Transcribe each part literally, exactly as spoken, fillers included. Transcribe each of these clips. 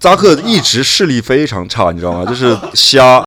扎克一直视力非常差，你知道吗？就是瞎。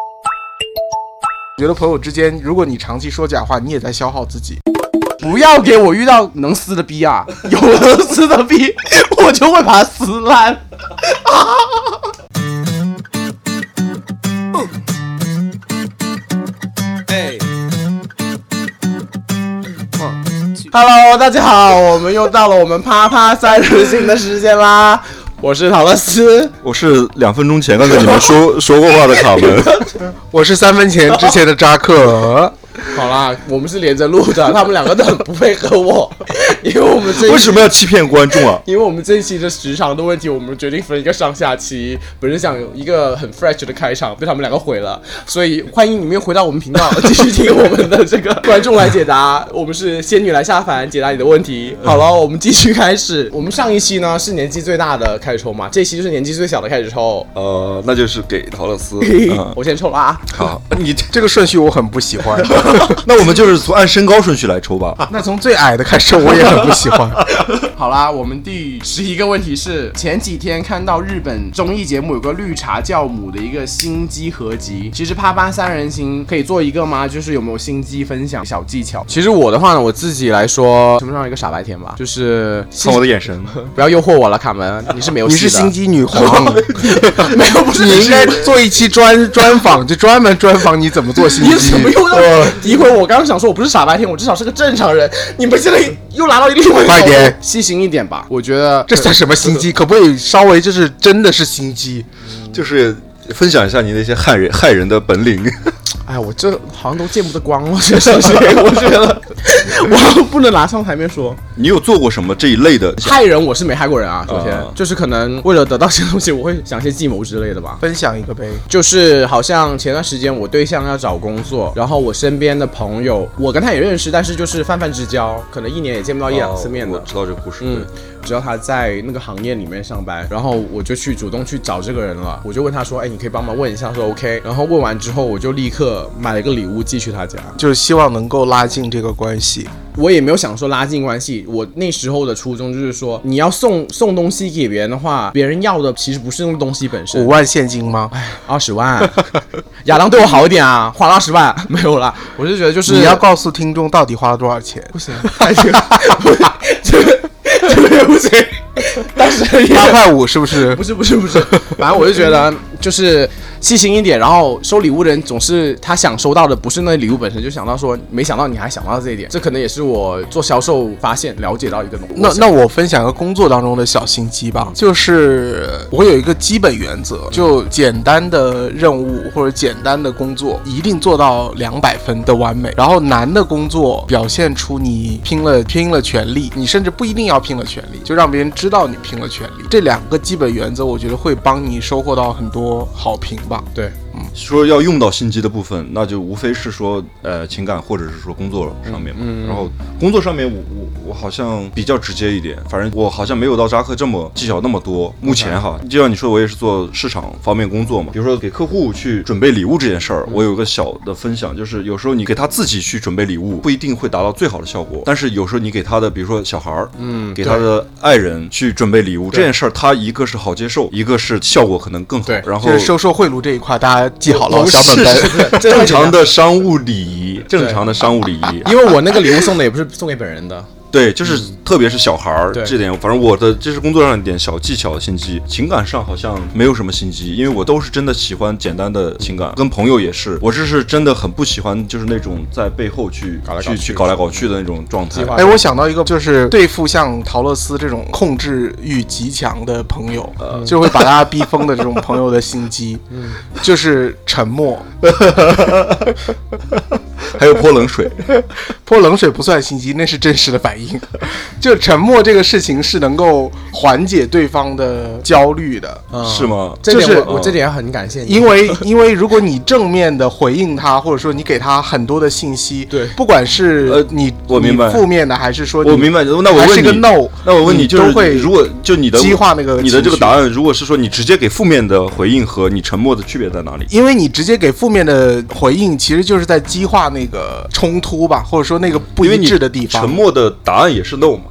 觉得朋友之间，如果你长期说假话，你也在消耗自己。不要给我遇到能撕的逼啊！有能撕的逼，我就会把它撕烂。Hello， 大家好，我们又到了我们啪啪三人行的时间啦。我是陶乐斯， 我是两分钟前刚才你们说说过话的卡门， 我是三分钱之前的扎克。好啦，我们是连着录的，他们两个都很不配合我，因为我们这一为什么要欺骗观众啊？ 因为我们这一期的时长的问题，我们决定分一个上下期。本身想有一个很 fresh 的开场，被他们两个毁了，所以欢迎你们又回到我们频道，继续听我们的这个观众来解答。我们是仙女来下凡，解答你的问题。好了，我们继续开始。我们上一期呢是年纪最大的开始抽嘛，这一期就是年纪最小的开始抽。 呃，那就是给陶乐斯。 嗯、我先抽了啊。 好，你这个顺序我很不喜欢。 那我们就是从按身高顺序来抽吧。 那从最矮的开始，我也很不喜欢。好啦，我们第十一个问题是：前几天看到日本综艺节目有个绿茶教母的一个心机合集，其实啪啪三人行可以做一个吗？就是有没有心机分享小技巧？其实我的话呢，我自己来说，称不上一个傻白甜吧，就是看我的眼神， 不要诱惑我了，卡门，你是没有戏的， 你是心机女皇， 没有，不是， 你应该做一期专专访，就专门专访你怎么做心机。 你怎么又要诋毁我？刚刚想说我不是傻白甜，我至少是个正常人，你们现在又拿到另外一个， 快点细心一点吧，我觉得这算什么心机？可不可以稍微就是真的是心机， 就是分享一下你那些害人害人的本领。 哎，我这好像都见不得光了，这事情我觉得我不能拿上台面说。 你有做过什么这一类的害人？我是没害过人啊。首先、 呃、 就是可能为了得到些东西，我会想些计谋之类的吧。 分享一个呗。 就是好像前段时间我对象要找工作，然后我身边的朋友，我跟他也认识，但是就是泛泛之交，可能一年也见不到一两次面的。 哦、我知道这个故事。 嗯。知道他在那个行业里面上班，然后我就去主动去找这个人了，我就问他说，哎，你可以帮忙问一下，说 OK， 然后问完之后，我就立刻买了一个礼物寄去他家， 就是希望能够拉近这个关系。 我也没有想说拉近关系，我那时候的初衷就是说，你要送送东西给别人的话，别人要的其实不是那个东西本身。 五万现金吗？ 哎，二十万。亚当对我好一点啊，花了二十万没有啦。我就觉得就是你要告诉听众到底花了多少钱。 不行，太这个这个这个不行。但是八块五是不是？ 不是不是不是，反正我就觉得就是细心一点，然后收礼物的人总是他想收到的不是那礼物本身，就想到说没想到你还想到这一点，这可能也是我做销售发现了解到一个东西。 那那我分享一个工作当中的小心机吧，就是我有一个基本原则，就简单的任务或者简单的工作一定做到两百分的完美，然后难的工作表现出你拼了拼了全力，你甚至不一定要拼了全力，就让别人知道你拼了全力。这两个基本原则，我觉得会帮你收获到很多好评吧。 对， 嗯，说要用到心机的部分，那就无非是说，呃，情感或者是说工作上面嘛。嗯嗯、然后工作上面我，我我我好像比较直接一点，反正我好像没有到扎克这么技巧那么多。目前哈，就像你说，我也是做市场方面工作嘛。比如说给客户去准备礼物这件事儿，我有个小的分享，就是有时候你给他自己去准备礼物，不一定会达到最好的效果，但是有时候你给他的，比如说小孩儿，嗯，给他的爱人去准备礼物这件事儿，他一个是好接受，一个是效果可能更好。 对， 然后就是收受贿赂这一块，大家记好了，小本本。 正常的商务礼仪，正常的商务礼仪。 因为我那个礼物送的也不是送给本人的。 对，就是、嗯、特别是小孩儿这点，反正我的这是工作上一点小技巧心机，情感上好像没有什么心机，因为我都是真的喜欢简单的情感，跟朋友也是，我这是真的很不喜欢就是那种在背后去搞来搞去去去搞来搞去的那种状态。 哎，我想到一个，就是对付像陶乐斯这种控制欲极强的朋友，呃、就会把他逼疯的这种朋友的心机，嗯、就是沉默。 还有泼冷水， 泼冷水不算心机，那是真实的反应。就沉默这个事情是能够缓解对方的焦虑的， 嗯、是吗？ 这点我、 就是、 我这点很感谢你， 因为因为如果你正面的回应他，或者说你给他很多的信息， 对， 不管是呃你我明白负面的还是说我明白，那我问你， 还是个 no， 那我问你，就是都会如果就你的激化那个你的这个答案，如果是说你直接给负面的回应和你沉默的区别在哪里？ 因为你直接给负面的回应，其实就是在激化那个冲突吧，或者说那个不一致的地方。 沉默的答案也是 no 嘛？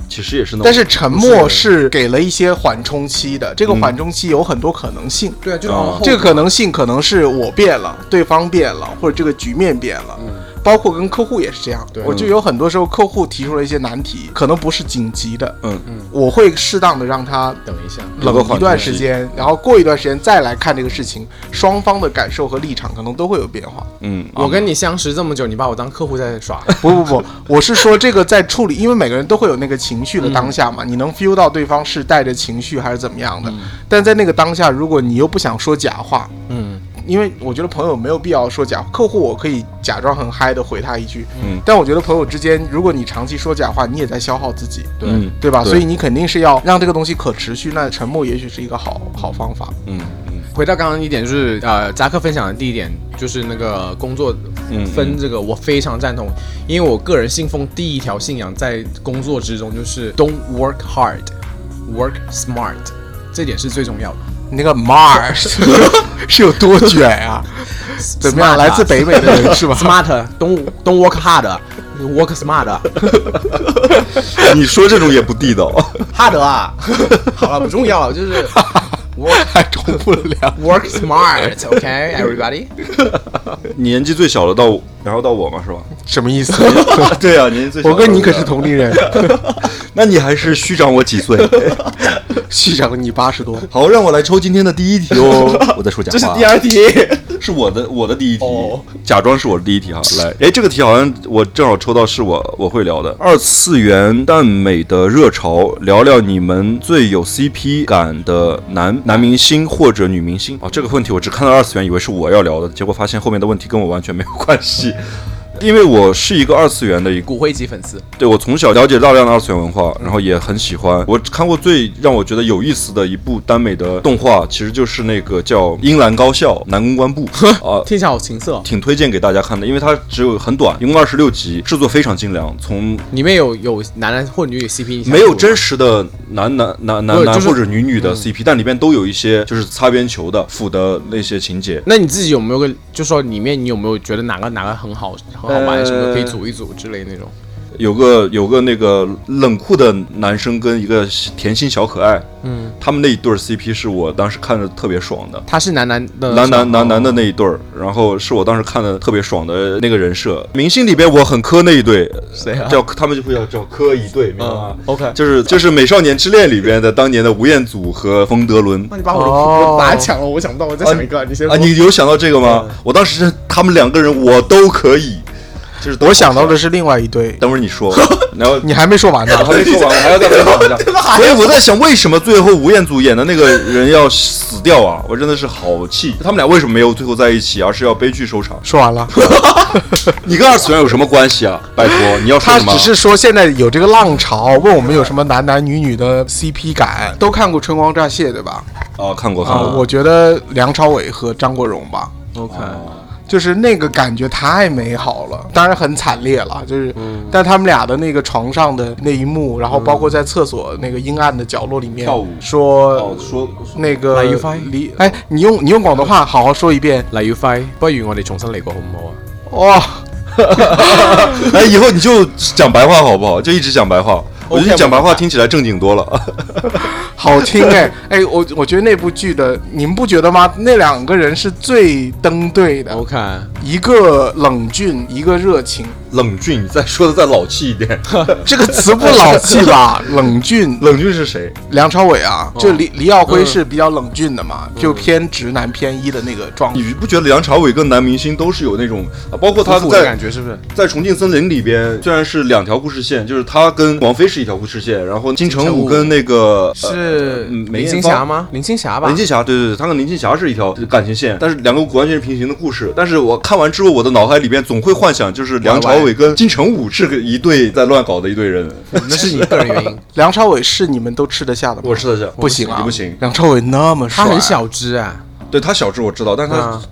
其实也是那么。 但是沉默是给了一些缓冲期的，这个缓冲期有很多可能性。 对啊，就是往后这个可能性可能是我变了，对方变了，或者这个局面变了。嗯。包括跟客户也是这样，我就有很多时候客户提出了一些难题，可能不是紧急的，嗯嗯，我会适当的让他等一下， 冷一段时间，然后过一段时间再来看这个事情，双方的感受和立场可能都会有变化。 嗯，我跟你相识这么久，你把我当客户在耍？ 不不不，我是说这个在处理，因为每个人都会有那个情绪的当下嘛，嗯、你能 feel 到对方是带着情绪还是怎么样的，嗯、但在那个当下，如果你又不想说假话，嗯。因为我觉得朋友没有必要说假话，客户我可以假装很嗨的回他一句，嗯，但我觉得朋友之间，如果你长期说假话，你也在消耗自己，对、嗯、对吧？对，所以你肯定是要让这个东西可持续，那沉默也许是一个好好方法。嗯嗯。回到刚刚一点，就是呃，扎克分享的第一点，就是那个工作分这个，嗯嗯我非常赞同，因为我个人信奉第一条信仰，在工作之中就是 Don't work hard, work smart， 这点是最重要的。 那个 Mars 是有多卷啊？怎么样？来自北美的人是吧 ？Smart， don't don't work hard， work smart。 你说这种也不地道。 哈德啊，好了，不重要，就是 work 还重复了两 work smart，OK， everybody。 年纪最小的到，然后到我嘛，是吧？ 什么意思？ 对啊，年纪最小的。 我跟你可是同龄人。 那你还是虚长我几岁？ 虚长你八十多。 好，让我来抽今天的第一题哦。我在说假话。 这是第二题， 是我的我的第一题，哦、假装是我的第一题哈。来，哎，这个题好像我正好抽到是我我会聊的二次元耽美的热潮，聊聊你们最有 C P 感的男男明星或者女明星。哦，这个问题我只看到二次元，以为是我要聊的，结果发现后面的问题跟我完全没有关系。因为我是一个二次元的一个骨灰级粉丝， 对，我从小了解大量的二次元文化，然后也很喜欢。我看过最让我觉得有意思的一部耽美的动画，其实就是那个叫《樱兰高校男公关部》啊， 听起来好情色， 挺推荐给大家看的，因为它只有很短，一共二十六集，制作非常精良。从里面有有男男或女女 C P， 没有真实的男男男男男或者女女的 C P，、嗯、但里面都有一些就是擦边球的腐的那些情节。 那你自己有没有个，就说里面你有没有觉得哪个哪个很好很好玩，什么可以组一组之类那种？ 有个有个那个冷酷的男生跟一个甜心小可爱，嗯，他们那一对 C P 是我当时看着特别爽的。 他是男男的男男男男的那一对，然后是我当时看的特别爽的那个人设。明星里边我很磕那一对， 谁啊？ 叫他们就会叫叫磕一对，明白吗、 嗯、？OK， 就是就是《美少年之恋》里边的当年的吴彦祖和冯德伦。 那你把我的、哦、把他抢了，我想不到，我再想一个，啊、你先啊，你有想到这个吗？嗯、我当时他们两个人我都可以。就是我想到的是另外一对， 等会儿你说，然后你还没说完呢， 还没说完，我还要再分享一下。所以我在想，为什么最后吴彦祖演的那个人要死掉啊？我真的是好气，他们俩为什么没有最后在一起，而是要悲剧收场？ 说完了， 你跟二次元有什么关系啊？拜托，你要说什么？ 他只是说现在有这个浪潮，问我们有什么男男女女的 C P 感，都看过《春光乍泄》对吧？ 哦，看过看过、 呃。我觉得梁朝伟和张国荣吧。 OK。 就是那个感觉太美好了，当然很惨烈了，就是，嗯、但他们俩的那个床上的那一幕，然后包括在厕所那个阴暗的角落里面跳舞， 说、 哦、说那个离，哎，你用你用广东话好好说一遍。 黎耀輝，不如我哋重新嚟過好唔好啊？ 哇， 哎，以後你就講白話好不好？就一直講白話。我覺得你講白話聽起來正經多了。 好聽哎哎，我我覺得那部劇的，你們不覺得嗎？那兩個人是最登對的。 OK， 一個冷峻，一個熱情。 冷峻，你再說的再老氣一點。 這個詞不老氣吧？冷峻， 冷峻是誰？ 梁朝偉啊，就黎黎耀輝是比較冷峻的嘛，嗯、就偏直男偏一的那個狀態。 你不覺得梁朝偉跟男明星都是有那種，包括他在感覺是不是？ 在重慶森林裡邊，雖然是兩條故事線，就是他跟王菲是一條故事線，然後金城武跟那個是林青霞嗎？林青霞吧？ 林青霞，對對對，他跟林青霞是一條感情線，但是兩個完全是平行的故事。但是我看完之後，我的腦海裡邊總會幻想，就是梁朝偉跟金城武是個一對在亂搞的一對人。 那是你個人原因。 梁朝偉是你們都吃得下的嗎？ 我吃得下， 不行啊， 你不行。 梁朝偉那麼帥， 他很小隻啊。 對，他小隻我知道，但他、嗯、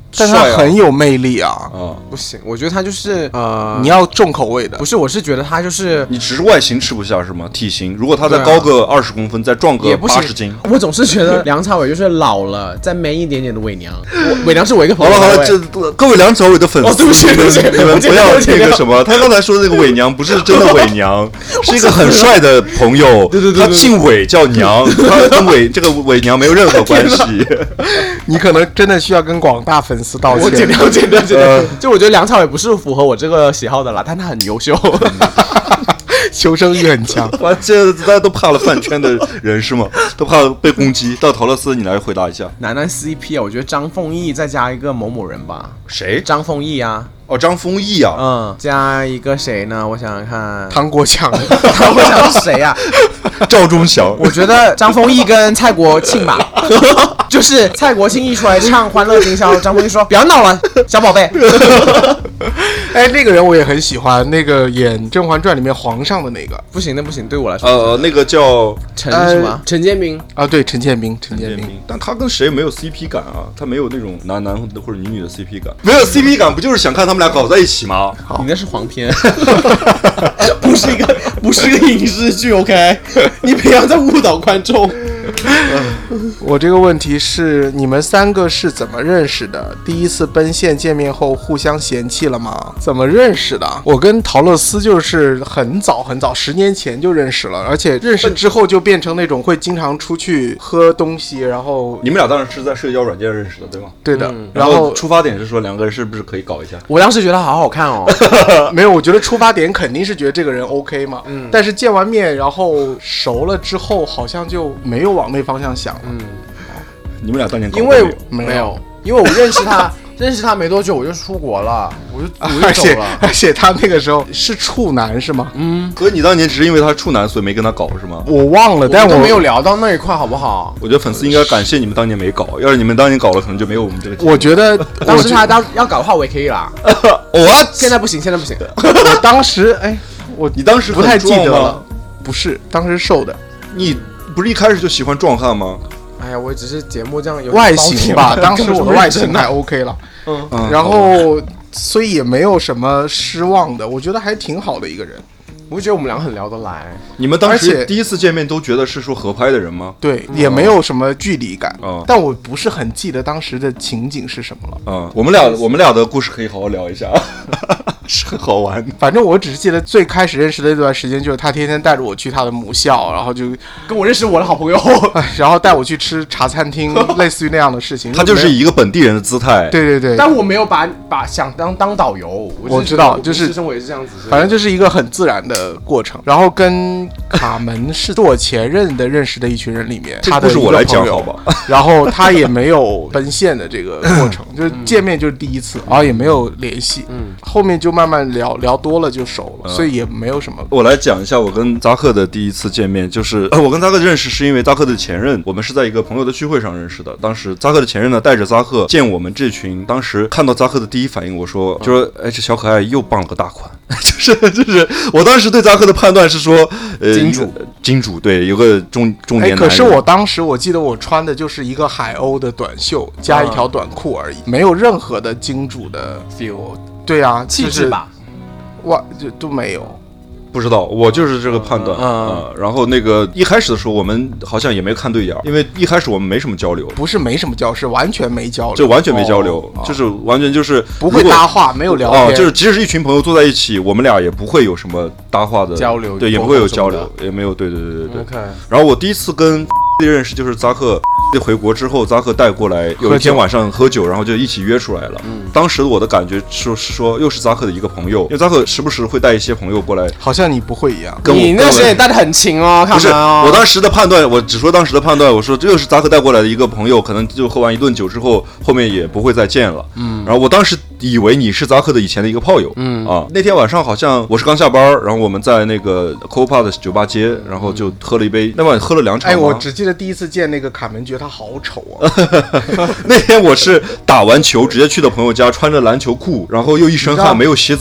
但他很有魅力啊。 啊， 不行，我觉得他就是呃， 你要重口味的。 不是，我是觉得他就是你只是外形吃不下是吗？体型，如果他再高个二十公分，再壮个八十斤， 我总是觉得梁朝伟就是老了再 man 一点点的伪娘。伪娘是我一个朋友。 好了好了，这各位梁朝伟的粉丝， 哦，对不起对不起， 你们不要那个什么，他刚才说的那个伪娘不是真的伪娘，是一个很帅的朋友， 对对对， 他姓韦叫娘，他跟伪这个伪娘没有任何关系。 你可能真的需要跟广大粉丝道歉。 我剪掉剪掉剪掉。就我觉得梁朝伟不是符合我这个喜好的啦，但他很优秀。 求生欲很强。 哇，这大家都怕了饭圈的人是吗？都怕被攻击。到陶乐斯，你来回答一下。 男男 C P 啊，我觉得张丰毅再加一个某某人吧。 谁？ 张丰毅啊。 哦，张丰毅啊。 嗯，加一个谁呢？我想想看。 唐国强。 唐国强是谁啊？ 赵忠祥。 我觉得张丰毅跟蔡国庆吧。就是蔡国庆一出来唱《欢乐今宵》，张丰毅说：“不要闹了，小宝贝。” 哎，那个人我也很喜欢，那个演《甄嬛传》里面皇上的那个。 不行，那不行，对我来说。 呃，那个叫陈什么？陈建斌啊，对，陈建斌，陈建斌。 但他跟谁没有 C P 感啊？他没有那种男男或者女女的 C P 感。没有 C P 感，不就是想看他们俩搞在一起吗？ 你那是黄片，不是一个不是一个影视剧 ，OK？ 你不要再误导观众。 我这个问题是你们三个是怎么认识的？第一次奔现见面后互相嫌弃了吗？怎么认识的？我跟陶乐斯就是很早很早，十年前就认识了，而且认识之后就变成那种会经常出去喝东西，然后你们俩当然是在社交软件认识的，对吗？ 对的。 嗯、 然后出发点是说两个人是不是可以搞一下？ 我当时觉得他好好看哦， 没有，我觉得出发点肯定是觉得这个人 OK 嘛。嗯。但是见完面，然后熟了之后，好像就没有往那方向想了。嗯。 你们俩当年搞因为没有， 没有因为我认识他，认识他没多久我就出国了，我就我就走了。 而且他那个时候是处男是吗？ 嗯。所以你当年只是因为他处男，所以没跟他搞是吗？ 我忘了，但我都没有聊到那一块，好不好？ 我觉得粉丝应该感谢你们当年没搞，要是你们当年搞了，可能就没有我们这个。 我觉得当时他当要搞的话，我也可以啦。 我现在不行，现在不行。 我当时哎，我你当时不太记得了，不是，当时瘦的。 你不是一开始就喜欢壮汉吗？ 哎呀，我只是节目这样有外形吧，当时我的外形还 OK 了，嗯，然后所以也没有什么失望的，我觉得还挺好的一个人。 我觉得我们俩很聊得来。 你们当时第一次见面都觉得是说合拍的人吗？ 对，也没有什么距离感。嗯，但我不是很记得当时的情景是什么了。 嗯，我们俩我们俩的故事可以好好聊一下。是很好玩。 反正我只是记得最开始认识的那段时间，就是他天天带着我去他的母校，然后就跟我认识我的好朋友， 然后带我去吃茶餐厅，类似于那样的事情。 他就是以一个本地人的姿态。 对对对。 但我没有把把想当当导游，我, 我知道，就是生活也是这样子。 反正就是一个很自然的过程。然后跟卡门是我前任的认识的一群人里面，他的一个朋友， 这故事我来讲好吧。 然后他也没有奔现的这个过程，就是见面就是第一次，然后也没有联系。嗯，后面就慢慢聊聊多了就熟了，所以也没有什么。 我来讲一下我跟扎克的第一次见面，就是我跟扎克认识是因为扎克的前任，我们是在一个朋友的聚会上认识的。当时扎克的前任呢带着扎克见我们这群，当时看到扎克的第一反应，我说就说哎，这小可爱又傍了个大款。就是就是我当时对扎克的判断是说，呃， 金主金主对，有个中中年男人。 可是我当时我记得我穿的就是一个海鸥的短袖加一条短裤而已，啊、没有任何的金主的 feel。对啊， 气质吧， 哇，就都没有。 不知道，我就是这个判断。嗯、呃，然后那个一开始的时候，我们好像也没看对眼，因为一开始我们没什么交流。 不是没什么交流，是完全没交流， 就完全没交流，哦、就是完全就是不会搭话，没有聊天。 哦，就是即使是一群朋友坐在一起，我们俩也不会有什么搭话的交流， 对，也不会有交流，也没有，对对对对对。 Okay. 然后我第一次跟认识就是扎克回国之后，扎克带过来，有一天晚上喝酒，然后就一起约出来了。嗯，当时我的感觉是是说，又是扎克的一个朋友，因为扎克时不时会带一些朋友过来， 好像你不会一样。 跟我你那时也带得很勤哦，看不是，我当时的判断，我只说当时的判断，我说这又是扎克带过来的一个朋友，可能就喝完一顿酒之后，后面也不会再见了。嗯，然后我当时以为你是扎克的以前的一个炮友。嗯啊，那天晚上好像我是刚下班，然后我们在那个 Copa 的酒吧街，然后就喝了一杯，那晚喝了两场。 哎，我只记得第一次见那个卡门，觉得他好丑啊。 那天我是打完球直接去的朋友家，穿着篮球裤，然后又一身汗，没有洗澡。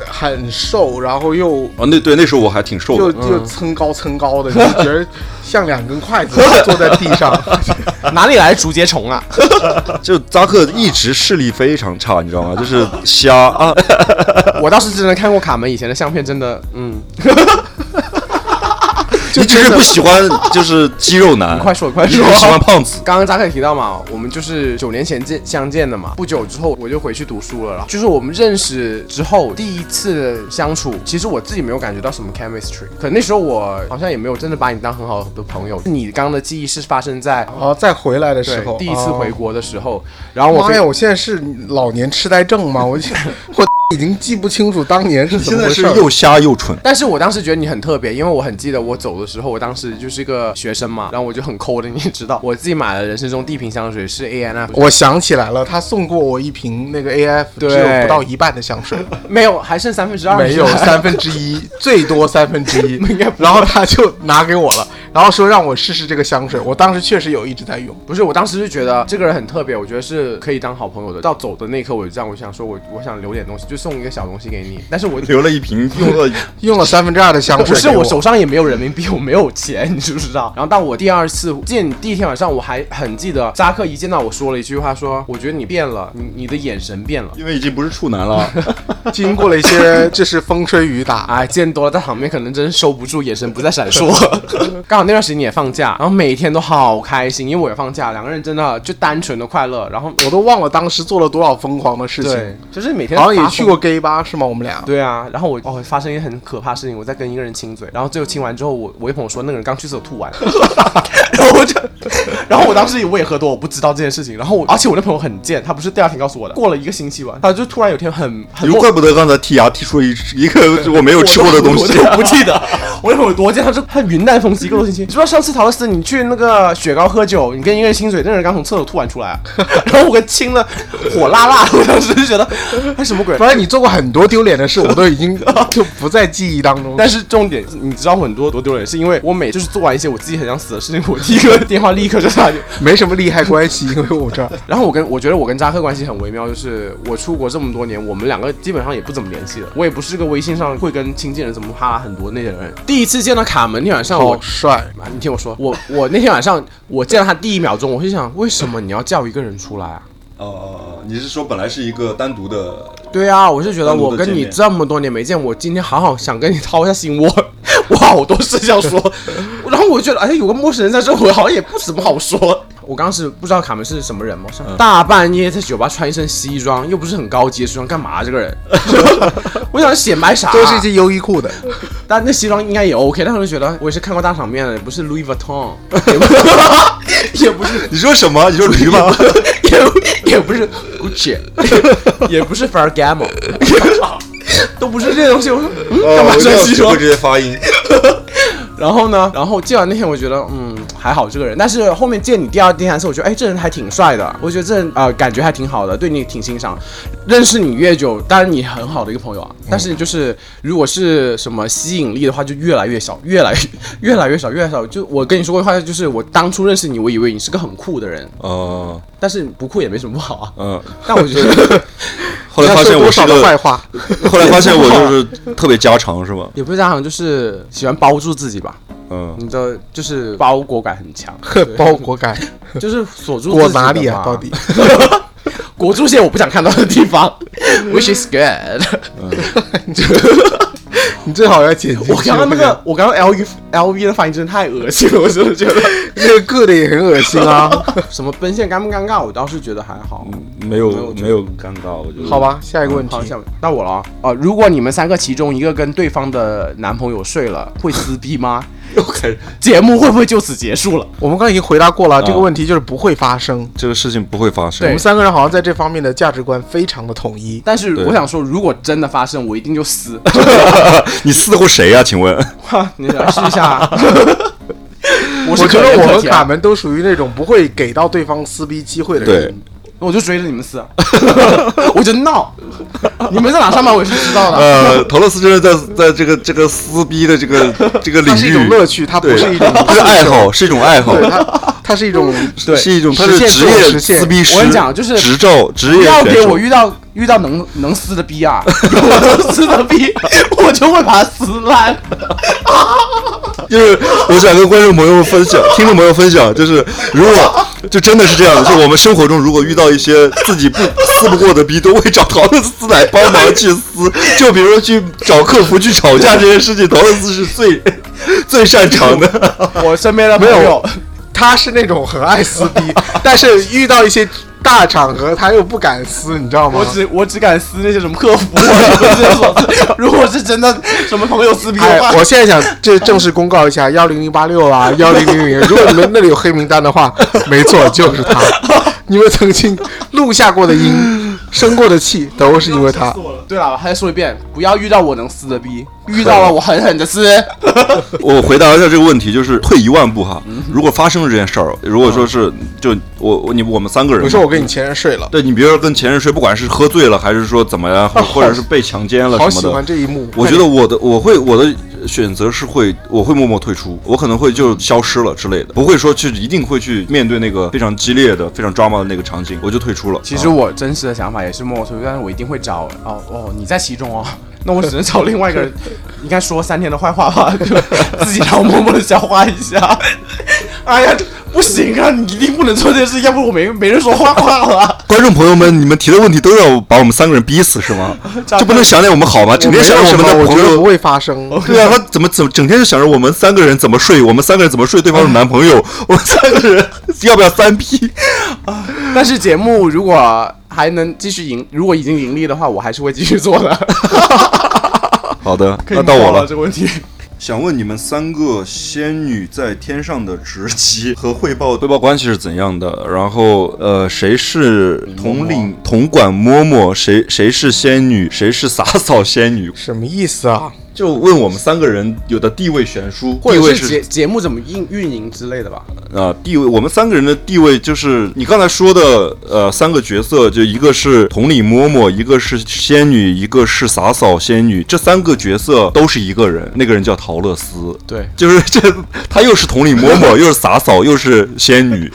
很瘦，然后又哦，那对那时候我还挺瘦又的， 又蹭高蹭高的，你就觉得像两根筷子坐在地上。 哪里来的竹节虫啊？ 就扎克一直视力非常差，你知道吗？就是瞎啊。 我倒是真的看过卡门以前的相片，真的，嗯。 你只是不喜欢就是肌肉男， 你快说，快说， 你不喜欢胖子。 刚刚扎克也提到嘛，我们就是九年前见相见的嘛，不久之后我就回去读书了啦。就是我们认识之后第一次相处，其实我自己没有感觉到什么 chemistry， 可能那时候我好像也没有真的把你当很好的朋友。你刚刚的记忆是发生在哦，再回来的时候， 第一次回国的时候，哦、然后我妈呀，我现在是老年痴呆症吗？我我已经记不清楚当年是怎么回事。 现在是又瞎又蠢。 但是我当时觉得你很特别，因为我很记得我走的时候，我当时就是一个学生嘛，然后我就很抠的，你也知道，我自己买了人生中第一瓶香水是 A N F。 我想起来了，他送过我一瓶那个 A F， 只有不到一半的香水， 没有，还剩三分之二， 没有三分之一，最多三分之一。然后他就拿给我了，然后说让我试试这个香水。我当时确实有一直在用， 不是，我当时就觉得这个人很特别，我觉得是可以当好朋友的。到走的那一刻，我就这样，我想说我我想留点东西，就送一个小东西给你，但是我留了一瓶，用了用了三分之二的香水。 不是，我手上也没有人民币，我没有钱，你知不知道？然后到我第二次见你第一天晚上，我还很记得扎克一见到我说了一句话，说我觉得你变了，你你的眼神变了， 因为已经不是处男了。 经过了一些这是风吹雨打， 哎，见多了在场面可能真收不住，眼神不再闪烁。刚好那段时间你也放假，然后每天都好开心，因为我也放假，两个人真的就单纯的快乐。然后我都忘了当时做了多少疯狂的事情， 对，就是每天好像也去过 gay 吧，是吗？我们俩。 对啊，然后我哦发生一个很可怕的事情，我在跟一个人亲嘴，然后最后亲完之后，我我一朋友说那个人刚去厕所吐完，然后我就，然后我当时我也喝多，我不知道这件事情，然后我而且我那朋友很贱，他不是第二天告诉我的，过了一个星期吧，他就突然有一天很很又怪不得刚才剔牙剔出一一个我没有吃过的东西， 我不记得。我那朋友多贱，他就他云淡风轻一个多星期。你知道上次陶乐斯你去那个雪糕喝酒，你跟一个人亲嘴，那个人刚从厕所吐完出来啊，然后我跟亲了火辣辣，我当时就觉得哎什么鬼？ 反正你做过很多丢脸的事，我都已经就不在记忆当中。 但是重点你知道很多多丢脸，是因为我每就是做完一些我自己很想死的事情，我第一个电话立刻就打。 没什么利害关系，因为我这儿。 然后我跟我觉得我跟扎克关系很微妙，就是我出国这么多年，我们两个基本上也不怎么联系了。我也不是个微信上会跟亲近人怎么哈拉很多那些人。第一次见到卡门那天晚上，我好帅， 你听我说，我我那天晚上我见到他第一秒钟，我就想，为什么你要叫一个人出来啊？ 哦哦，你是说本来是一个单独的？ 对啊，我是觉得我跟你这么多年没见，我今天好好想跟你掏一下心窝，我好多事想说。然后我觉得，哎，有个陌生人在这，我好像也不怎么好说。我刚是不知道卡门是什么人嘛，嗯、大半夜在酒吧穿一身西装，又不是很高级的西装，干嘛、啊、这个人？我想显摆啥、啊？ 都是一件优衣库的， 但那西装应该也 OK， 但是我就觉得我也是看过大场面的，不是 Louis Vuitton， 也不是。 你说什么？你说驴吗？ 也也不是 Gucci， 也不是 Ferragamo， 都不是这些东西。我说，嗯，干嘛穿西装？ 会这些发音。 然后呢？然后见完那天，我觉得嗯还好这个人，但是后面见你第二、第三次，我觉得哎这人还挺帅的，我觉得这人呃感觉还挺好的，对你挺欣赏。认识你越久，当然你很好的一个朋友啊，但是就是如果是什么吸引力的话，就越来越小，越来越来越少，越来越少。就我跟你说过的话，就是我当初认识你，我以为你是个很酷的人，哦、呃，但是不酷也没什么不好啊，嗯、呃，但我觉得。 后来发现我是个坏话， 后来发现我就是特别家常，是吧？ 也不是家常，就是喜欢包住自己吧。嗯，你的就是包裹感很强， 包裹感就是锁住自己裹哪里啊？到底裹住些我不想看到的地方 ，which is good 你最好要剪辑。 我刚刚那个，我刚刚 L V L V 的发音真的太恶心了，我真的觉得那个硌的也很恶心啊。 什么奔现尴不尴尬？我倒是觉得还好， 嗯、没有没有尴尬，我觉得。 好吧，下一个问题。 嗯、好，那我了啊、呃。如果你们三个其中一个跟对方的男朋友睡了，会撕逼吗？ 又开始， 节目会不会就此结束了？ 我们刚才已经回答过了，啊、这个问题就是不会发生， 这个事情不会发生。 我们三个人好像在这方面的价值观非常的统一。 但是我想说，如果真的发生，我一定就撕。 你撕得过谁呀、啊？请问？ 你来试一下。 我是觉得我和卡门都属于那种不会给到对方撕逼机会的人。 对。我就追着你们撕，我就闹。你们在哪上班，我也是知道的。 呃，陶乐斯真的在在这个这个撕逼的这个这个领域， 它是一种乐趣，它不是一种不是爱好，是一种爱好。 它它它是一种对， 是一种它是职业撕逼师。 我跟你讲，就是执照职业不要选手给我遇到遇到能能撕的逼啊，我能撕的逼，我就会把它撕烂。 就是我想跟观众朋友分享，听众朋友分享，就是如果就真的是这样的，就我们生活中如果遇到一些自己不撕不过的逼，都会找陶乐斯来帮忙去撕。就比如说去找客服去吵架这件事情，陶乐斯是最最擅长的。 我身边的朋友， 他是那种很爱撕逼，但是遇到一些大场合他又不敢撕，你知道吗？ 我只我只敢撕那些什么客服或者这种。如果是真的什么朋友撕逼的话， 哎，我现在想这正式公告一下幺零零八六啊幺零零零，如果你们那里有黑名单的话，没错就是他。你们曾经录下过的音、生过的气，都是因为他。 对了，还再说一遍，不要遇到我能撕的逼，遇到了我狠狠的撕。 我回答一下这个问题，就是退一万步哈，如果发生了这件事儿，如果说是就我我你我们三个人， 比如说我跟你前任睡了， 对你比如说跟前任睡，不管是喝醉了还是说怎么样，或或者是被强奸了什么的， 好喜欢这一幕。 我觉得我的我会我的选择是会我会默默退出，我可能会就消失了之类的，不会说去一定会去面对那个非常激烈的、非常 drama 的那个场景，我就退出了。 其实我真实的想法也是默默退出，但是我一定会找哦哦你在其中哦。那我只能找另外一个人，应该说三天的坏话吧，就自己让我默默的消化一下。哎呀，不行啊，你一定不能做这件事，要不我没没人说坏话了。 观众朋友们，你们提的问题都要把我们三个人逼死是吗？就不能想点我们好吗？整天想着我们的朋友不会发生。 对啊，他怎么怎么整天就想着我们三个人怎么睡，我们三个人怎么睡对方的男朋友，我们三个人要不要三 P？ 但是节目如果还能继续盈，如果已经盈利的话，我还是会继续做的。 好的，那到我了。 这个问题， 想问你们三个仙女在天上的职级和汇报汇报关系是怎样的？然后呃，谁是统领统管嬷嬷？谁谁是仙女？谁是洒扫仙女？ 什么意思啊？ 就问我们三个人有的地位悬殊， 或者地位是节节目怎么运运营之类的吧？ 啊、呃，地位，我们三个人的地位就是你刚才说的，呃，三个角色，就一个是统领嬷嬷，一个是仙女，一个是洒扫仙女，这三个角色都是一个人，那个人叫陶乐斯。 对， 就是这，他又是统领嬷嬷，又是洒扫，又是仙女。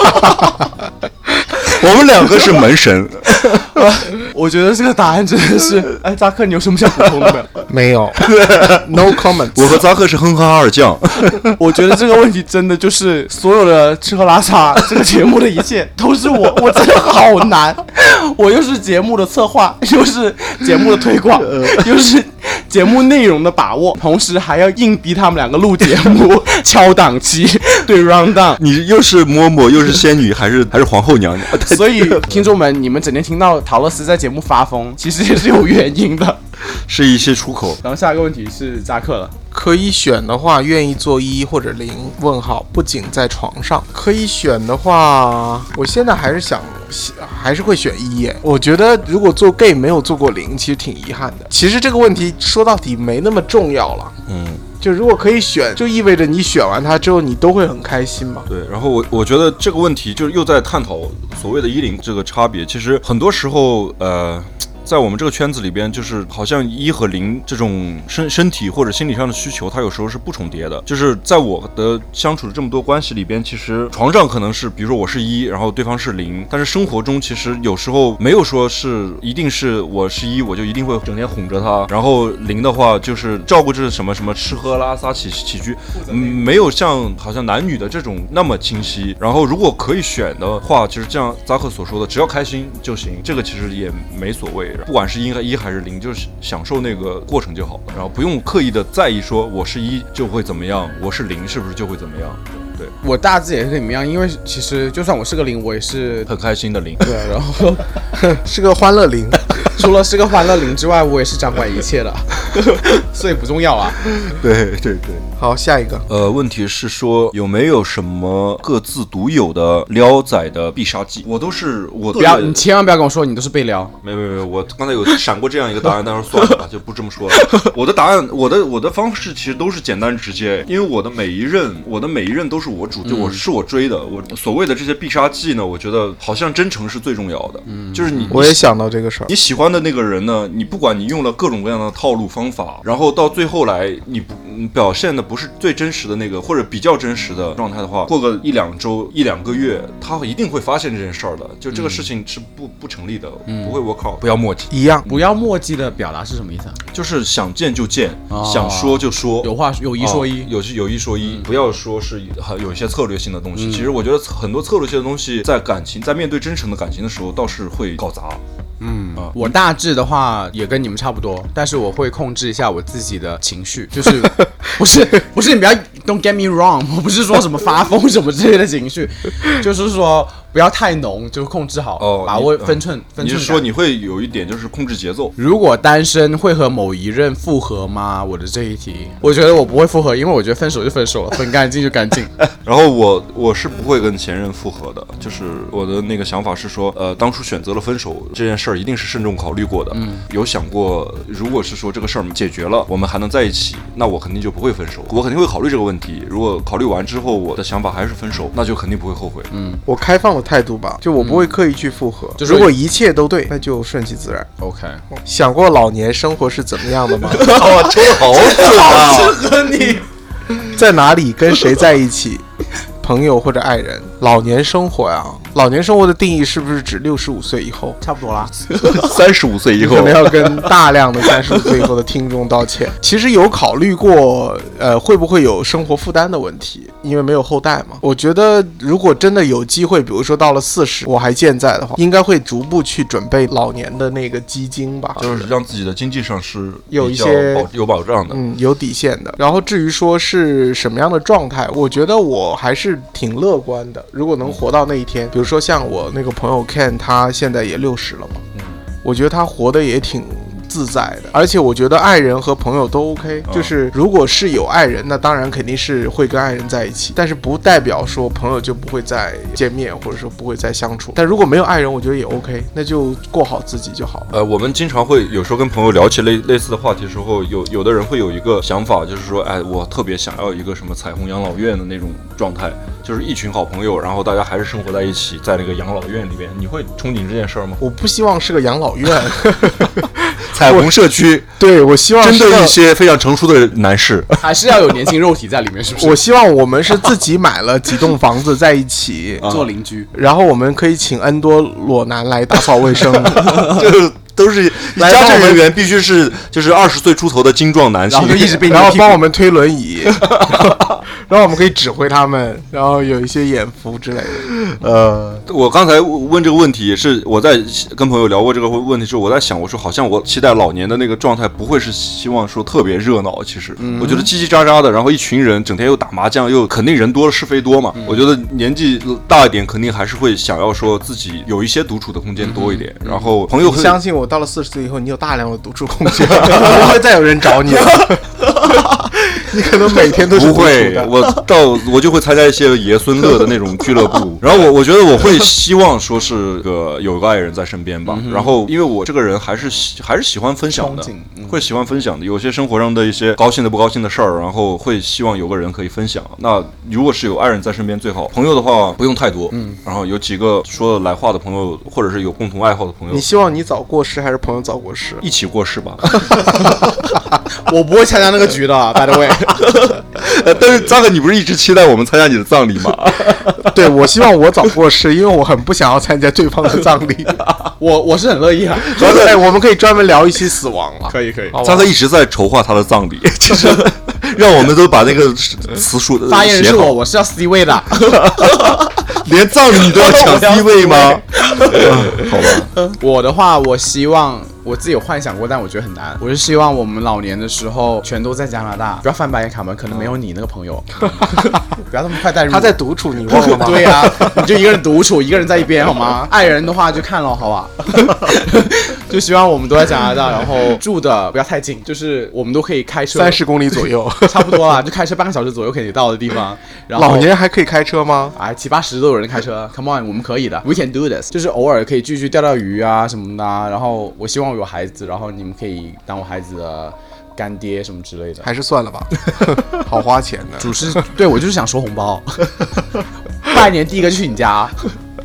我们两个是门神。 我觉得这个答案真的是，哎，扎克，你有什么想补充的没有？没有，no comment。 我和扎克是哼哈二将。 我觉得这个问题真的就是所有的吃喝拉撒，这个节目的一切都是我，我真的好难。我又是节目的策划，又是节目的推广，又是节目内容的把握，同时还要硬逼他们两个录节目、敲档期、对 round down。 你又是嬷嬷，又是仙女，还是还是皇后娘娘？ 所以听众们，你们整天听到陶乐斯在节目发疯，其实也是有原因的， 是一些出口。 然后下一个问题是扎克了。 可以选的话，愿意做一或者零？问号。不仅在床上，可以选的话，我现在还是想，还是会选一耶。我觉得如果做 gay 没有做过零，其实挺遗憾的。其实这个问题说到底没那么重要了。 嗯。 就如果可以选，就意味着你选完它之后，你都会很开心嘛。 对，然后我我觉得这个问题就是又在探讨所谓的一零这个差别。其实很多时候，呃。在我们这个圈子里边，就是好像一和零这种身身体或者心理上的需求，它有时候是不重叠的。就是在我的相处的这么多关系里边，其实床上可能是，比如说我是一，然后对方是零，但是生活中其实有时候没有说是一定是我是一，我就一定会整天哄着他，然后零的话就是照顾这什么什么吃喝拉撒起起居，嗯，没有像好像男女的这种那么清晰。然后如果可以选的话，其实这样扎克所说的，只要开心就行，这个其实也没所谓。不管是一一还是零，就是享受那个过程就好了，然后不用刻意的在意说我是一就会怎么样，我是零是不是就会怎么样。对， 我大致也是跟你们一样，因为其实就算我是个零，我也是很开心的零。 对，然后是个欢乐零。 除了是个欢乐零之外，我也是掌管一切的，所以不重要啊。 对对对。 好，下一个。 呃，问题是说有没有什么各自独有的撩仔的必杀技？我都是我不要，你千万不要跟我说你都是被撩。 没有没有没有，我刚才有闪过这样一个答案，但是算了吧，就不这么说了。我的答案，我的我的方式其实都是简单直接，因为我的每一任，我的每一任都是我主，就我是我追的。我所谓的这些必杀技呢，我觉得好像真诚是最重要的。嗯，就是你， 我也想到这个事儿。 你喜欢的那个人呢，你不管你用了各种各样的套路方法，然后到最后来，你不表现的不是最真实的那个或者比较真实的状态的话，过个一两周一两个月，他一定会发现这件事儿的，就这个事情是不不成立的，不会 work out，不要墨迹。 一样， 不要墨迹的表达是什么意思啊？ 就是想见就见， 哦想说就说， 有话有一说一， 哦、有有一说一，不要说是有一些策略性的东西。其实我觉得很多策略性的东西，在感情，在面对真诚的感情的时候，倒是会搞砸。 嗯，啊，我大致的话也跟你们差不多，但是我会控制一下我自己的情绪，就是不是不是你不要 don't get me wrong， 我不是说什么发疯什么之类的情绪，就是说不要太浓，就控制好， 哦、 把握分寸。分寸你是说你会有一点就是控制节奏？ 如果单身会和某一任复合吗？我的这一题，我觉得我不会复合，因为我觉得分手就分手了，分干净就干净。 然后我我是不会跟前任复合的，就是我的那个想法是说，呃，当初选择了分手这件事儿，一定是慎重考虑过的。嗯，有想过，如果是说这个事儿解决了，我们还能在一起，那我肯定就不会分手，我肯定会考虑这个问题。如果考虑完之后，我的想法还是分手，那就肯定不会后悔。 嗯，我开放的态度吧，就我不会刻意去复合。 就是如果一切都对，那就顺其自然。 OK， 想过老年生活是怎么样的吗？ 哇，抽的好准啊！ 好适合你。 在哪里跟谁在一起？朋友或者爱人。老年生活呀，老年生活的定义是不是指六十五岁以后？ 差不多啦， 三十五岁以后， 可能要跟大量的三十五岁以后的听众道歉。其实有考虑过，呃，会不会有生活负担的问题？因为没有后代嘛。我觉得如果真的有机会，比如说到了四十，我还健在的话，应该会逐步去准备老年的那个基金吧， 就是让自己的经济上是有一些保有保障的， 嗯，有底线的。然后至于说是什么样的状态，我觉得我还是挺乐观的。如果能活到那一天，比如说像我那个朋友 Ken， 他现在也六十了嘛，嗯，我觉得他活得也挺自在的，而且我觉得爱人和朋友都 OK，嗯，就是如果是有爱人，那当然肯定是会跟爱人在一起，但是不代表说朋友就不会再见面，或者说不会再相处。但如果没有爱人，我觉得也 OK， 那就过好自己就好了。 呃，我们经常会有时候跟朋友聊起类类似的话题的时候，有有的人会有一个想法，就是说，哎，我特别想要一个什么彩虹养老院的那种状态，就是一群好朋友，然后大家还是生活在一起，在那个养老院里边，你会憧憬这件事儿吗？ 我不希望是个养老院。 彩虹社区， 对，我希望针对一些非常成熟的男士， 还是要有年轻肉体在里面，是不是？ 我希望我们是自己买了几栋房子在一起做邻居， 然后我们可以请 N 多裸男来打扫卫生。 这都是家政人员，必须是就是二十岁出头的精壮男性， 然后就一直被然后帮我们推轮椅，然后我们可以指挥他们，然后有一些眼福之类的。 呃，我刚才问这个问题也是我在跟朋友聊过这个问题之后，我在想，我说好像我期待老年的那个状态不会是希望说特别热闹，其实、嗯、我觉得叽叽喳喳的，然后一群人整天又打麻将，又肯定人多了是非多嘛、嗯。我觉得年纪大一点，肯定还是会想要说自己有一些独处的空间多一点，嗯、然后朋友会你相信我。到了四十岁以后，你有大量的独处空间，不会再有人找你了。你可能每天都是不会，我到我就会参加一些爷孙乐的那种俱乐部，然后我我觉得我会希望说是个有个爱人在身边吧，嗯、然后因为我这个人还是还是喜欢分享的，嗯、会喜欢分享的，有些生活上的一些高兴的不高兴的事儿，然后会希望有个人可以分享。那如果是有爱人在身边最好，朋友的话不用太多，嗯，然后有几个说得来话的朋友，或者是有共同爱好的朋友。 你希望你早过世还是朋友早过世？ 一起过世吧。 我不会参加那个局的 ，by the way。 但是张哥，你不是一直期待我们参加你的葬礼吗？ 对，我希望我早过世，因为我很不想要参加对方的葬礼。 我我是很乐意啊。 哎，我们可以专门聊一期死亡了。 可以可以。 张哥一直在筹划他的葬礼，其实让我们都把那个词数发言人是我，我是要 C 位的。 连葬礼你都要抢 C 位吗？好吧。 我的话，我希望。我自己有幻想过，但我觉得很难。我是希望我们老年的时候全都在加拿大，不要翻白眼卡门，可能没有你那个朋友，不要那么快带入。 他在独处，你忘了吗？ 对呀、啊，你就一个人独处，一个人在一边好吗？爱人的话就看了，好吧？就希望我们都在加拿大，然后住的不要太近，就是我们都可以开车三十公里左右， 差不多啦，就开车半个小时左右可以到的地方。然后老年还可以开车吗？ 哎，七八十都有人开车 ，Come on， 我们可以的 ，We can do this。就是偶尔可以继续钓钓鱼啊什么的、啊，然后我希望我有孩子，然后你们可以当我孩子的干爹什么之类的。 还是算了吧，好花钱的。 主持对我就是想收红包，拜年第一个就去你家。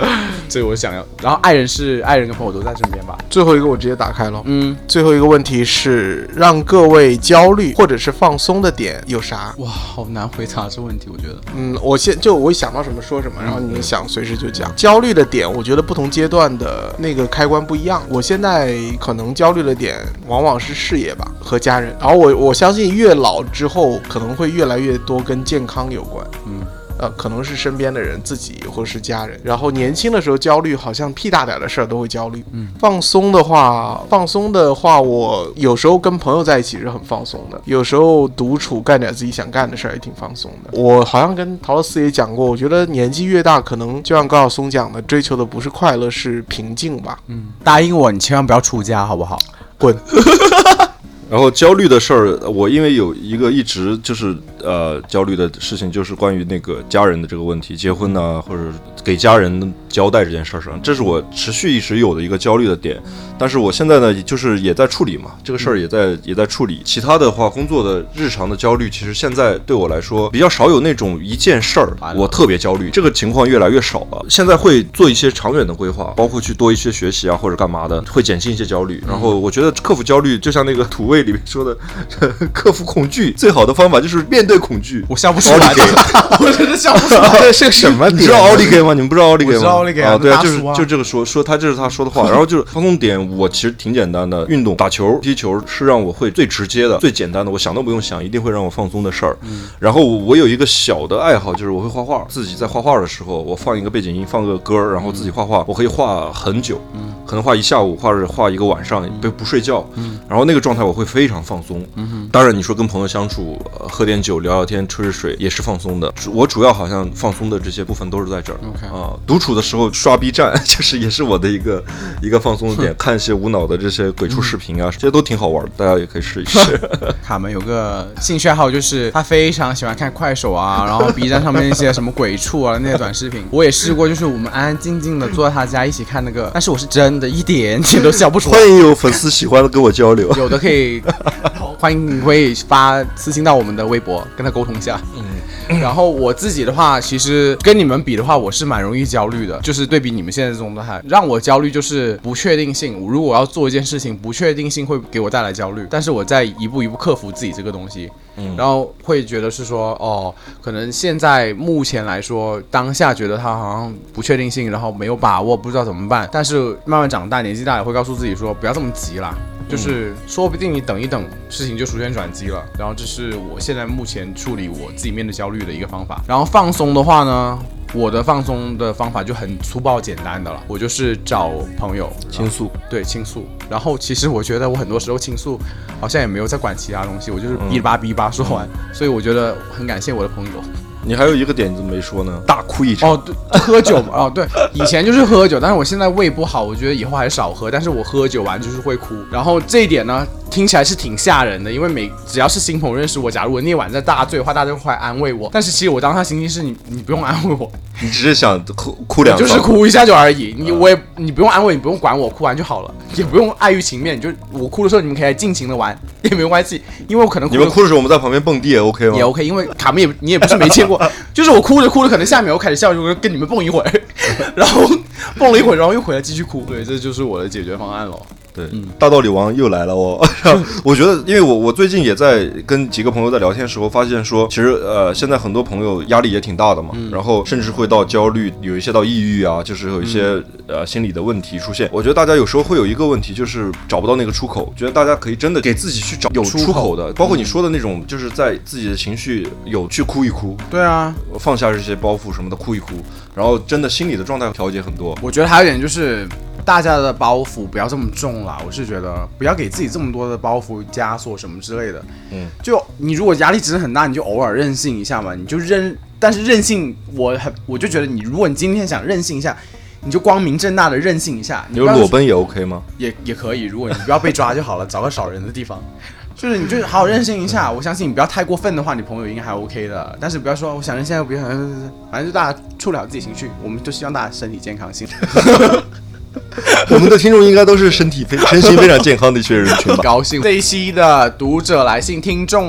所以我想要，然后爱人是爱人跟朋友都在身边吧。 最后一个我直接打开了， 嗯， 最后一个问题是让各位焦虑或者是放松的点有啥？ 哇，好难回答这问题，我觉得。 嗯，我先就我想到什么说什么，然后你们想随时就讲。焦虑的点，我觉得不同阶段的那个开关不一样。我现在可能焦虑的点往往是事业吧和家人，然后我我相信越老之后可能会越来越多跟健康有关。嗯。呃，可能是身边的人，自己或是家人。然后年轻的时候焦虑，好像屁大点的事儿都会焦虑。嗯，放松的话，放松的话，我有时候跟朋友在一起是很放松的，有时候独处干点自己想干的事儿也挺放松的。我好像跟陶乐斯也讲过，我觉得年纪越大，可能就像高晓松讲的，追求的不是快乐，是平静吧。 嗯，答应我，你千万不要出家，好不好？ 滚。 然后焦虑的事儿，我因为有一个一直就是呃焦虑的事情，就是关于那个家人的这个问题，结婚啊，或者给家人交代这件事儿上，这是我持续一直有的一个焦虑的点。但是我现在呢，就是也在处理嘛，这个事儿也在也在处理。其他的话，工作的日常的焦虑，其实现在对我来说比较少有那种一件事儿我特别焦虑，这个情况越来越少了。现在会做一些长远的规划，包括去多一些学习啊，或者干嘛的，会减轻一些焦虑。然后我觉得克服焦虑，就像那个土味里面说的，克服恐惧最好的方法就是面对恐惧。 我笑不出来，我真的笑不出来。 这是什么？ 你知道奥利给吗？你们不知道奥利给吗？ 我知道奥利给啊，对啊，就是就这个说说他这是他说的话。然后就是放松点，我其实挺简单的，运动、打球、踢球是让我会最直接的、最简单的，我想都不用想，一定会让我放松的事儿。嗯、然后我有一个小的爱好，就是我会画画。自己在画画的时候，我放一个背景音，放个歌，然后自己画画，我可以画很久，嗯、可能画一下午，或者画一个晚上，不不睡觉。嗯、然后那个状态我会非常放松。嗯、当然，你说跟朋友相处，呃、喝点酒、聊聊天、吹吹水，也是放松的。我主要好像放松的这些部分都是在这儿。 Okay. 啊，独处的时候刷 B 站，就是也是我的一个一个放松的点，看一些无脑的这些鬼畜视频啊，这些都挺好玩的，大家也可以试一试。 卡门有个兴趣爱好，就是他非常喜欢看快手啊，然后 B 站上面一些什么鬼畜啊那些短视频。我也试过，就是我们安安静静的坐在他家一起看那个，但是我是真的一点点都笑不出来。 欢迎有粉丝喜欢的跟我交流， 有的可以欢迎你可以发私信到我们的微博跟他沟通一下。嗯。然后我自己的话，其实跟你们比的话，我是蛮容易焦虑的。就是对比你们现在这种状态，让我焦虑就是不确定性。如果我要做一件事情，不确定性会给我带来焦虑，但是我在一步一步克服自己这个东西。嗯，然后会觉得是说，哦，可能现在目前来说，当下觉得它好像不确定性，然后没有把握，不知道怎么办。但是慢慢长大，年纪大也会告诉自己说，不要这么急啦。就是说不定你等一等，事情就出现转机了。然后这是我现在目前处理我自己面对焦虑的一个方法。然后放松的话呢，我的放松的方法就很粗暴简单的了，我就是找朋友倾诉， 对，倾诉。然后其实我觉得我很多时候倾诉好像也没有在管其他东西，我就是哔哩吧哔哩吧说完。嗯、所以我觉得很感谢我的朋友。 你还有一个点子没说呢，大哭一场。 哦，对，喝酒嘛，哦，对，以前就是喝酒，但是我现在胃不好，我觉得以后还是少喝。但是我喝酒完就是会哭，然后这一点呢，听起来是挺吓人的，因为每只要是新朋友认识我，假如我那晚在大醉的话，大家会来安慰我。但是其实我当下心情是你，你不用安慰我， 你只是想哭哭两， 就是哭一下就而已。你我也你不用安慰，你不用管我，哭完就好了，也不用碍于情面。你就我哭的时候，你们可以尽情的玩，也没有关系，因为我可能哭你们哭的时候，我们在旁边蹦迪也 OK 吗？ 也 OK， 因为卡门也你也不是没见过，就是我哭着哭着，可能下面我开始笑，就跟你们蹦一会儿，然后蹦了一会儿，然后又回来继续哭。对，这就是我的解决方案了。 对，嗯、大道理王又来了哦。我觉得，因为我我最近也在跟几个朋友在聊天的时候，发现说，其实呃，现在很多朋友压力也挺大的嘛，嗯、然后甚至会到焦虑，有一些到抑郁啊，就是有一些、嗯、呃心理的问题出现。我觉得大家有时候会有一个问题，就是找不到那个出口。觉得大家可以真的给自己去找有出口的，包括你说的那种，就是在自己的情绪有去哭一哭。 对啊， 放下这些包袱什么的，哭一哭，然后真的心理的状态调节很多。 我觉得还有一点就是。大家的包袱不要这么重了，我是觉得不要给自己这么多的包袱枷锁什么之类的。嗯，就你如果压力真的很大，你就偶尔任性一下嘛，你就任，但是任性我很我就觉得你如果你今天想任性一下，你就光明正大的任性一下。 你有裸奔也 OK 吗？ 也也可以，如果你不要被抓就好了，找个少人的地方。就是你就好好任性一下，我相信你不要太过分的话，你朋友应该还 OK 的。但是不要说我想任性，不要，反正就大家处理好自己情绪，我们就希望大家身体健康心。 我们的听众应该都是身体非身心非常健康的一群人群吧。 高兴这一期的读者来信听众，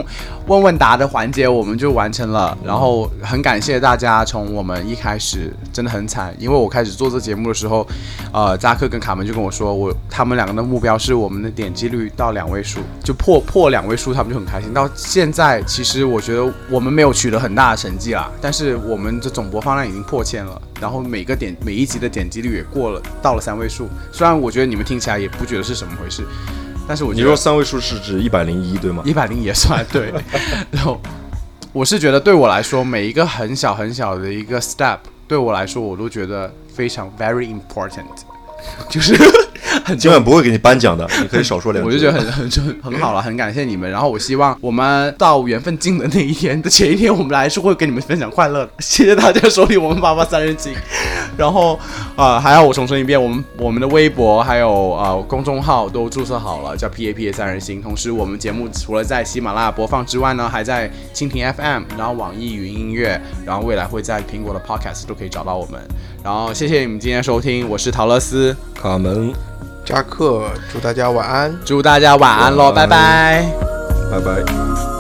问问答的环节我们就完成了，然后很感谢大家从我们一开始真的很惨，因为我开始做这节目的时候，呃，扎克跟卡门就跟我说，我他们两个的目标是我们的点击率到两位数，就破破两位数，他们就很开心。到现在其实我觉得我们没有取得很大的成绩啦，但是我们的总播放量已经破千了，然后每个点每一集的点击率也过了到了三位数，虽然我觉得你们听起来也不觉得是什么回事。但是我觉得你说三位数是指一百零一对吗？ 一百零也算对。然后我是觉得对我来说，每一个很小很小的一个 step， 对我来说我都觉得非常 very important， 就是很今晚不会给你颁奖的，你可以少说两句。 我就觉得很很很好了，很感谢你们。然后我希望我们到缘分尽的那一天的前一天，我们还是会跟你们分享快乐的。谢谢大家收听我们八八三人行。然后啊、呃，还要我重申一遍，我们我们的微博还有啊、呃、公众号都注册好了，叫 P A P A 三人行。同时，我们节目除了在喜马拉雅播放之外呢，还在蜻蜓 F M， 然后网易云音乐，然后未来会在苹果的 Podcast 都可以找到我们。然后谢谢你们今天收听，我是陶乐斯， 卡门。 扎克，祝大家晚安， 祝大家晚安喽，拜拜， 拜拜。